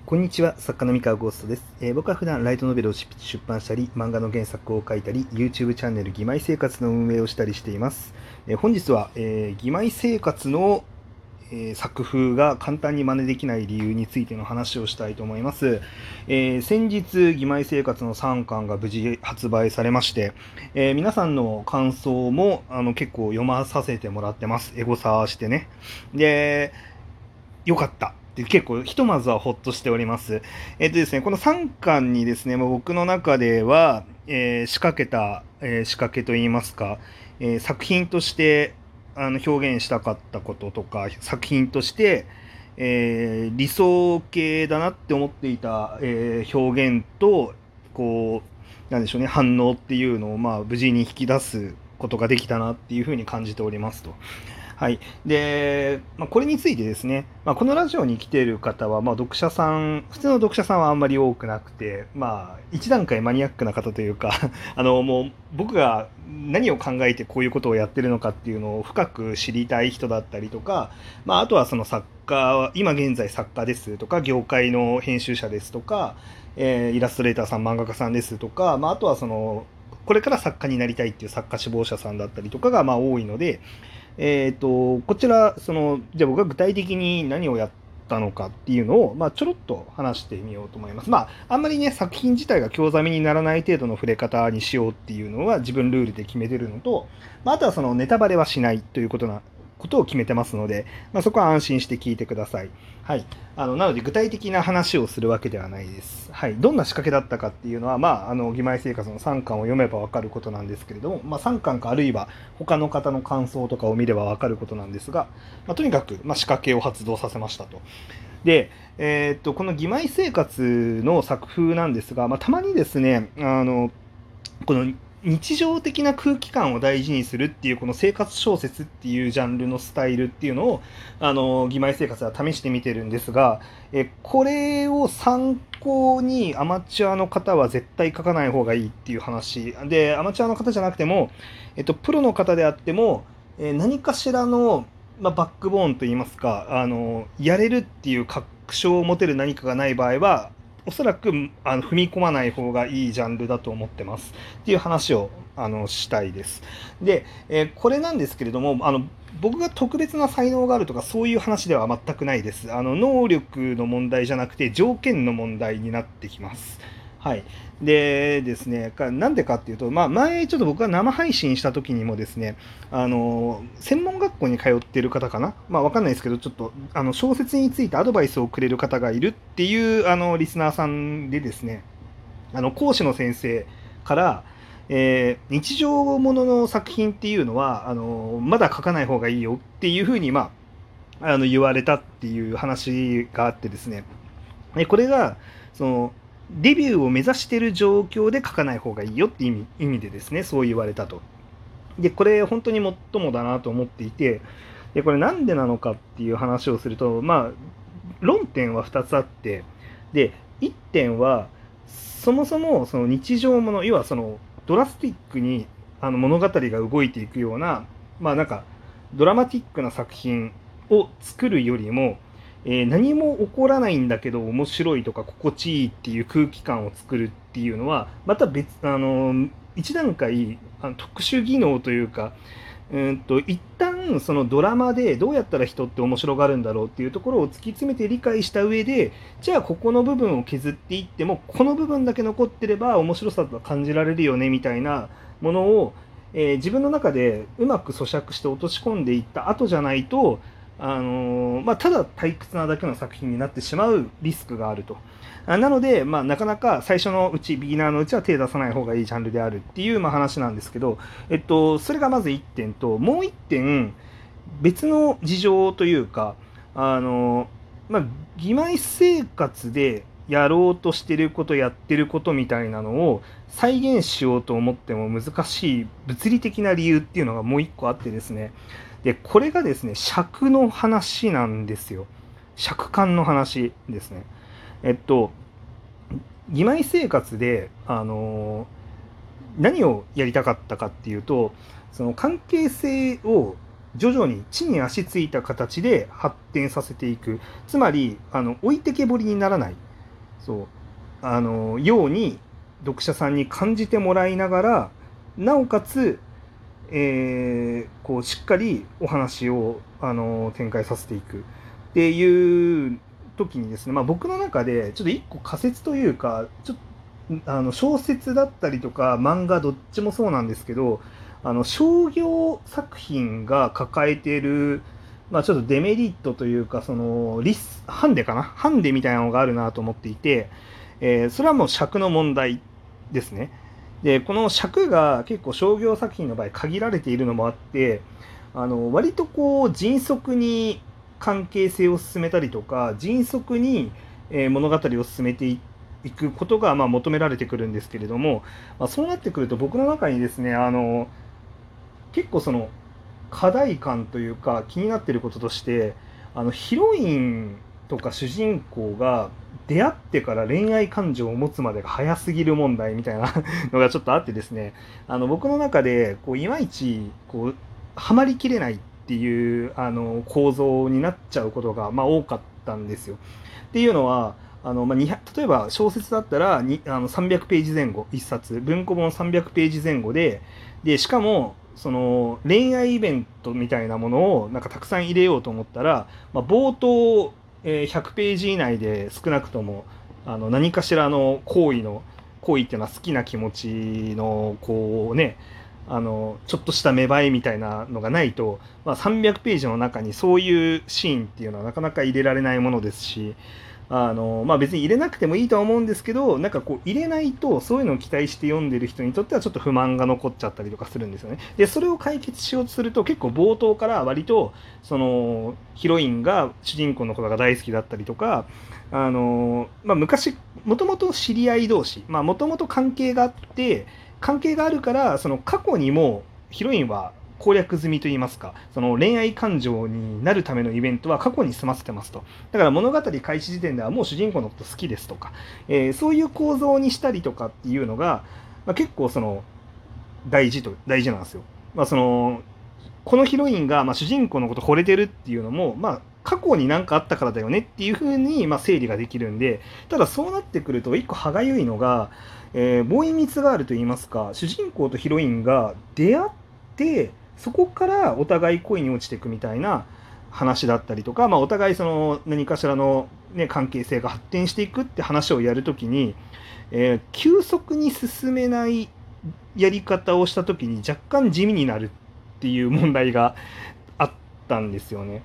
こんにちは、作家の三河ゴーストです。僕は普段ライトノベルを出版したり、漫画の原作を書いたり、YouTube チャンネル義妹生活の運営をしたりしています。本日は、義妹生活の、作風が簡単に真似できない理由についての話をしたいと思います。先日、義妹生活の3巻が無事発売されまして、皆さんの感想も結構読まさせてもらってます。エゴサしてね。で、よかった。で結構ひとまずはほっとしております。ですね、この3巻にですね、僕の中では、仕掛けた、仕掛けといいますか、作品として表現したかったこととか、作品として、理想系だなって思っていた、表現と、こう、なんでしょうね、反応っていうのを、無事に引き出すことができたなっていうふうに感じておりますと。はい。で、これについてですね、このラジオに来ている方は、読者さん、普通の読者さんはあんまり多くなくて、一段階マニアックな方というか、もう僕が何を考えてこういうことをやってるのかっていうのを深く知りたい人だったりとか、あとはその作家、今現在作家ですとか、業界の編集者ですとか、イラストレーターさん、漫画家さんですとか、あとはその、これから作家になりたいっていう作家志望者さんだったりとかが多いので、こちら、じゃあ僕が具体的に何をやったのかっていうのを、ちょろっと話してみようと思います。あんまりね、作品自体が興ざめにならない程度の触れ方にしようっていうのは自分ルールで決めてるのと、あとはそのネタバレはしないということを決めてますので、そこは安心して聞いてください。はい。なので具体的な話をするわけではないです。はい。どんな仕掛けだったかっていうのは、義妹生活の3巻を読めばわかることなんですけれども、3巻かあるいは他の方の感想とかを見ればわかることなんですが、とにかく、仕掛けを発動させましたと。で、この義妹生活の作風なんですが、たまにですね、この日常的な空気感を大事にするっていうこの生活小説っていうジャンルのスタイルっていうのを義妹生活は試してみてるんですが、これを参考にアマチュアの方は絶対書かない方がいいっていう話で、アマチュアの方じゃなくても、プロの方であっても、何かしらの、バックボーンといいますかやれるっていう確証を持てる何かがない場合はおそらく踏み込まない方がいいジャンルだと思ってますっていう話をしたいです。で、これなんですけれども僕が特別な才能があるとかそういう話では全くないです。能力の問題じゃなくて条件の問題になってきます。はい。でですね、なんでかっていうと、前ちょっと僕が生配信した時にもですね、専門学校に通っている方かな、わかんないですけど、ちょっと小説についてアドバイスをくれる方がいるっていうリスナーさんでですね、講師の先生から、日常ものの作品っていうのはまだ書かない方がいいよっていうふうに、言われたっていう話があってですね、これがそのデビューを目指している状況で書かない方がいいよって意味でですね、そう言われたと。で、これ本当にもっともだなと思っていて、で、これなんでなのかっていう話をすると、論点は2つあって、で、1点は、そもそもその日常もの、要はそのドラスティックに物語が動いていくような、なんかドラマティックな作品を作るよりも、何も起こらないんだけど面白いとか心地いいっていう空気感を作るっていうのはまた別一段階特殊技能というか一旦そのドラマでどうやったら人って面白がるんだろうっていうところを突き詰めて理解した上でじゃあここの部分を削っていってもこの部分だけ残ってれば面白さと感じられるよねみたいなものを、自分の中でうまく咀嚼して落とし込んでいった後じゃないとただ退屈なだけの作品になってしまうリスクがあると。なので、なかなか最初のうち、ビギナーのうちは手を出さない方がいいジャンルであるっていう、話なんですけど、それがまず1点と、もう1点、別の事情というか、義妹生活でやろうとしてること、やってることみたいなのを再現しようと思っても難しい物理的な理由っていうのがもう1個あってですね、で、これがですね、尺の話なんですよ。尺感の話ですね。義妹生活で、何をやりたかったかっていうと、その関係性を徐々に地に足ついた形で発展させていく。つまり、置いてけぼりにならない。 ように読者さんに感じてもらいながら、なおかつ、こうしっかりお話を、展開させていくっていう時にですね、僕の中でちょっと一個仮説というか、ちょっと小説だったりとか漫画どっちもそうなんですけど、商業作品が抱えている、ちょっとデメリットというか、ハンデかな、ハンデみたいなのがあるなと思っていて、それはもう尺の問題ですね。で、この尺が結構商業作品の場合限られているのもあって、割とこう迅速に関係性を進めたりとか、迅速に物語を進めていくことが求められてくるんですけれども、そうなってくると僕の中にですね、結構その課題感というか気になっていることとして、ヒロインとか主人公が出会ってから恋愛感情を持つまでが早すぎる問題みたいなのがちょっとあってですね、僕の中でこういまいちこうはまりきれないっていう構造になっちゃうことが多かったんですよ。っていうのは例えば小説だったら300ページ前後1冊文庫本300ページ前後でしかもその恋愛イベントみたいなものをなんかたくさん入れようと思ったら、冒頭100ページ以内で少なくとも何かしらの行為っていうのは好きな気持ちのこうね、ちょっとした芽生えみたいなのがないと、300ページの中にそういうシーンっていうのはなかなか入れられないものですし、別に入れなくてもいいとは思うんですけど、なんかこう入れないとそういうのを期待して読んでる人にとってはちょっと不満が残っちゃったりとかするんですよね。でそれを解決しようとすると結構冒頭から割とそのヒロインが主人公のことが大好きだったりとか、昔もともと知り合い同士もともと関係があるから、その過去にもヒロインは攻略済みといいますか、その恋愛感情になるためのイベントは過去に済ませてますと。だから物語開始時点ではもう主人公のこと好きですとか、そういう構造にしたりとかっていうのが、結構その大事なんですよ。このヒロインが主人公のこと惚れてるっていうのも過去に何かあったからだよねっていう風に整理ができるんで、ただそうなってくると一個歯がゆいのが、ボーイミツガールといいますか、主人公とヒロインが出会ってそこからお互い恋に落ちていくみたいな話だったりとか、お互いその何かしらの、関係性が発展していくって話をやるときに、急速に進めないやり方をしたときに若干地味になるっていう問題があったんですよね。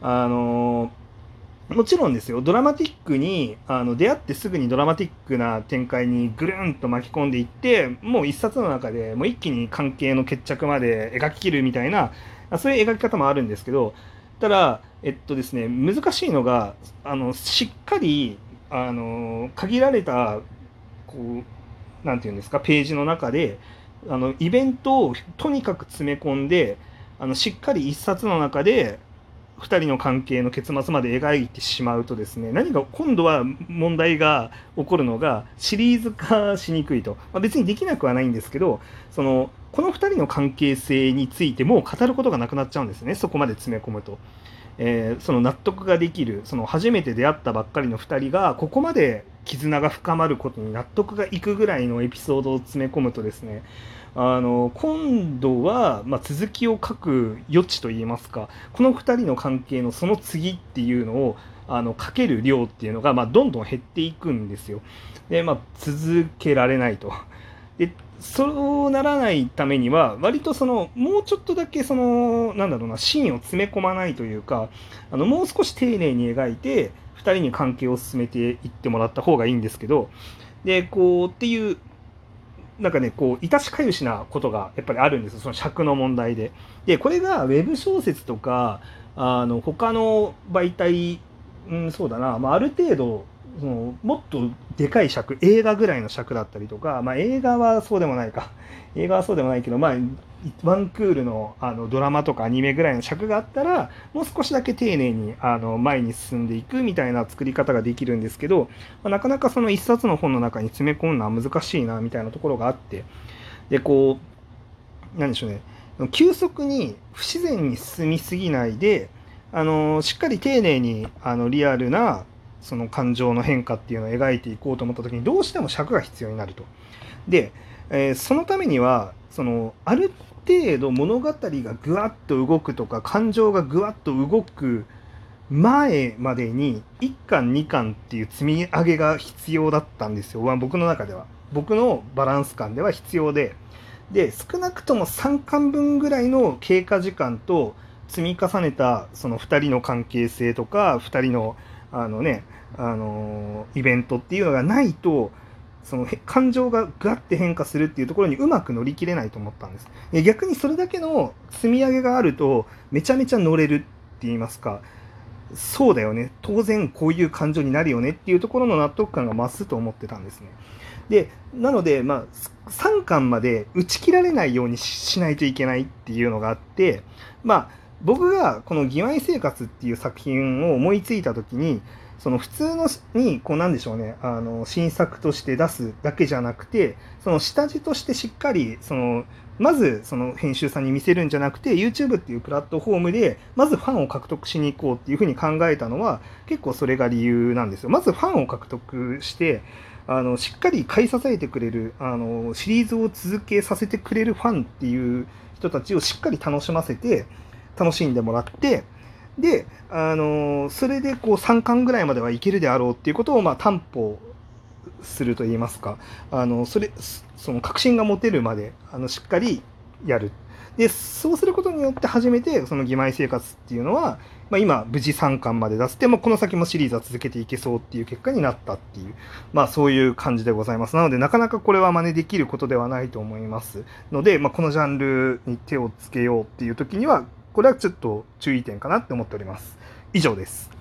もちろんですよ、ドラマティックに出会ってすぐにドラマティックな展開にぐるんと巻き込んでいって、もう一冊の中でもう一気に関係の決着まで描ききるみたいな、そういう描き方もあるんですけど、ただですね、難しいのがしっかり限られたこうなんていうんですか、ページの中でイベントをとにかく詰め込んでしっかり一冊の中で2人の関係の結末まで描いてしまうとですね、何か今度は問題が起こるのがシリーズ化しにくいと、別にできなくはないんですけど、この2人の関係性についてもう語ることがなくなっちゃうんですね、そこまで詰め込むと。その納得ができる、その初めて出会ったばっかりの2人がここまで絆が深まることに納得がいくぐらいのエピソードを詰め込むとですね、今度は、続きを書く余地といいますか、この2人の関係のその次っていうのを書ける量っていうのが、どんどん減っていくんですよ。で、続けられないと。でそうならないためには割ともうちょっとだけシーンを詰め込まないというか、もう少し丁寧に描いて2人に関係を進めていってもらった方がいいんですけど、でこうっていうなんかね、こう、いたしかゆしなことがやっぱりあるんですよ、その尺の問題で。で、これがウェブ小説とか、他の媒体、そうだな、ある程度、もっとでかい尺、映画ぐらいの尺だったりとか、映画はそうでもないか。映画はそうでもないけど、ワンクールのドラマとかアニメぐらいの尺があったらもう少しだけ丁寧に前に進んでいくみたいな作り方ができるんですけど、なかなかその一冊の本の中に詰め込むのは難しいなみたいなところがあって、でこうなんでしょうね、急速に不自然に進みすぎないでしっかり丁寧にリアルなその感情の変化っていうのを描いていこうと思った時にどうしても尺が必要になると。で、そのためにはある程度物語がぐわっと動くとか感情がぐわっと動く前までに1巻2巻っていう積み上げが必要だったんですよ。僕の中では、僕のバランス感では必要で、少なくとも3巻分ぐらいの経過時間と積み重ねたその2人の関係性とか2人のイベントっていうのがないと、その感情がガッて変化するっていうところにうまく乗り切れないと思ったんです。逆にそれだけの積み上げがあるとめちゃめちゃ乗れるって言いますか、そうだよね、当然こういう感情になるよねっていうところの納得感が増すと思ってたんですね。でなので、3巻まで打ち切られないように しないといけないっていうのがあって、僕がこの「義妹生活」っていう作品を思いついた時に、その普通のになんでしょうね、新作として出すだけじゃなくて、その下地としてしっかりまずその編集さんに見せるんじゃなくて YouTube っていうプラットフォームでまずファンを獲得しに行こうっていうふうに考えたのは結構それが理由なんですよ。まずファンを獲得してしっかり買い支えてくれるシリーズを続けさせてくれるファンっていう人たちをしっかり楽しませて楽しんでもらって、でそれで3巻ぐらいまではいけるであろうっていうことを担保すると言いますか、その確信が持てるまでしっかりやる。でそうすることによって初めてその義妹生活っていうのは、今無事3巻まで出してもこの先もシリーズは続けていけそうっていう結果になったっていう、そういう感じでございます。なのでなかなかこれは真似できることではないと思いますので、このジャンルに手をつけようっていう時にはこれはちょっと注意点かなって思っております。以上です。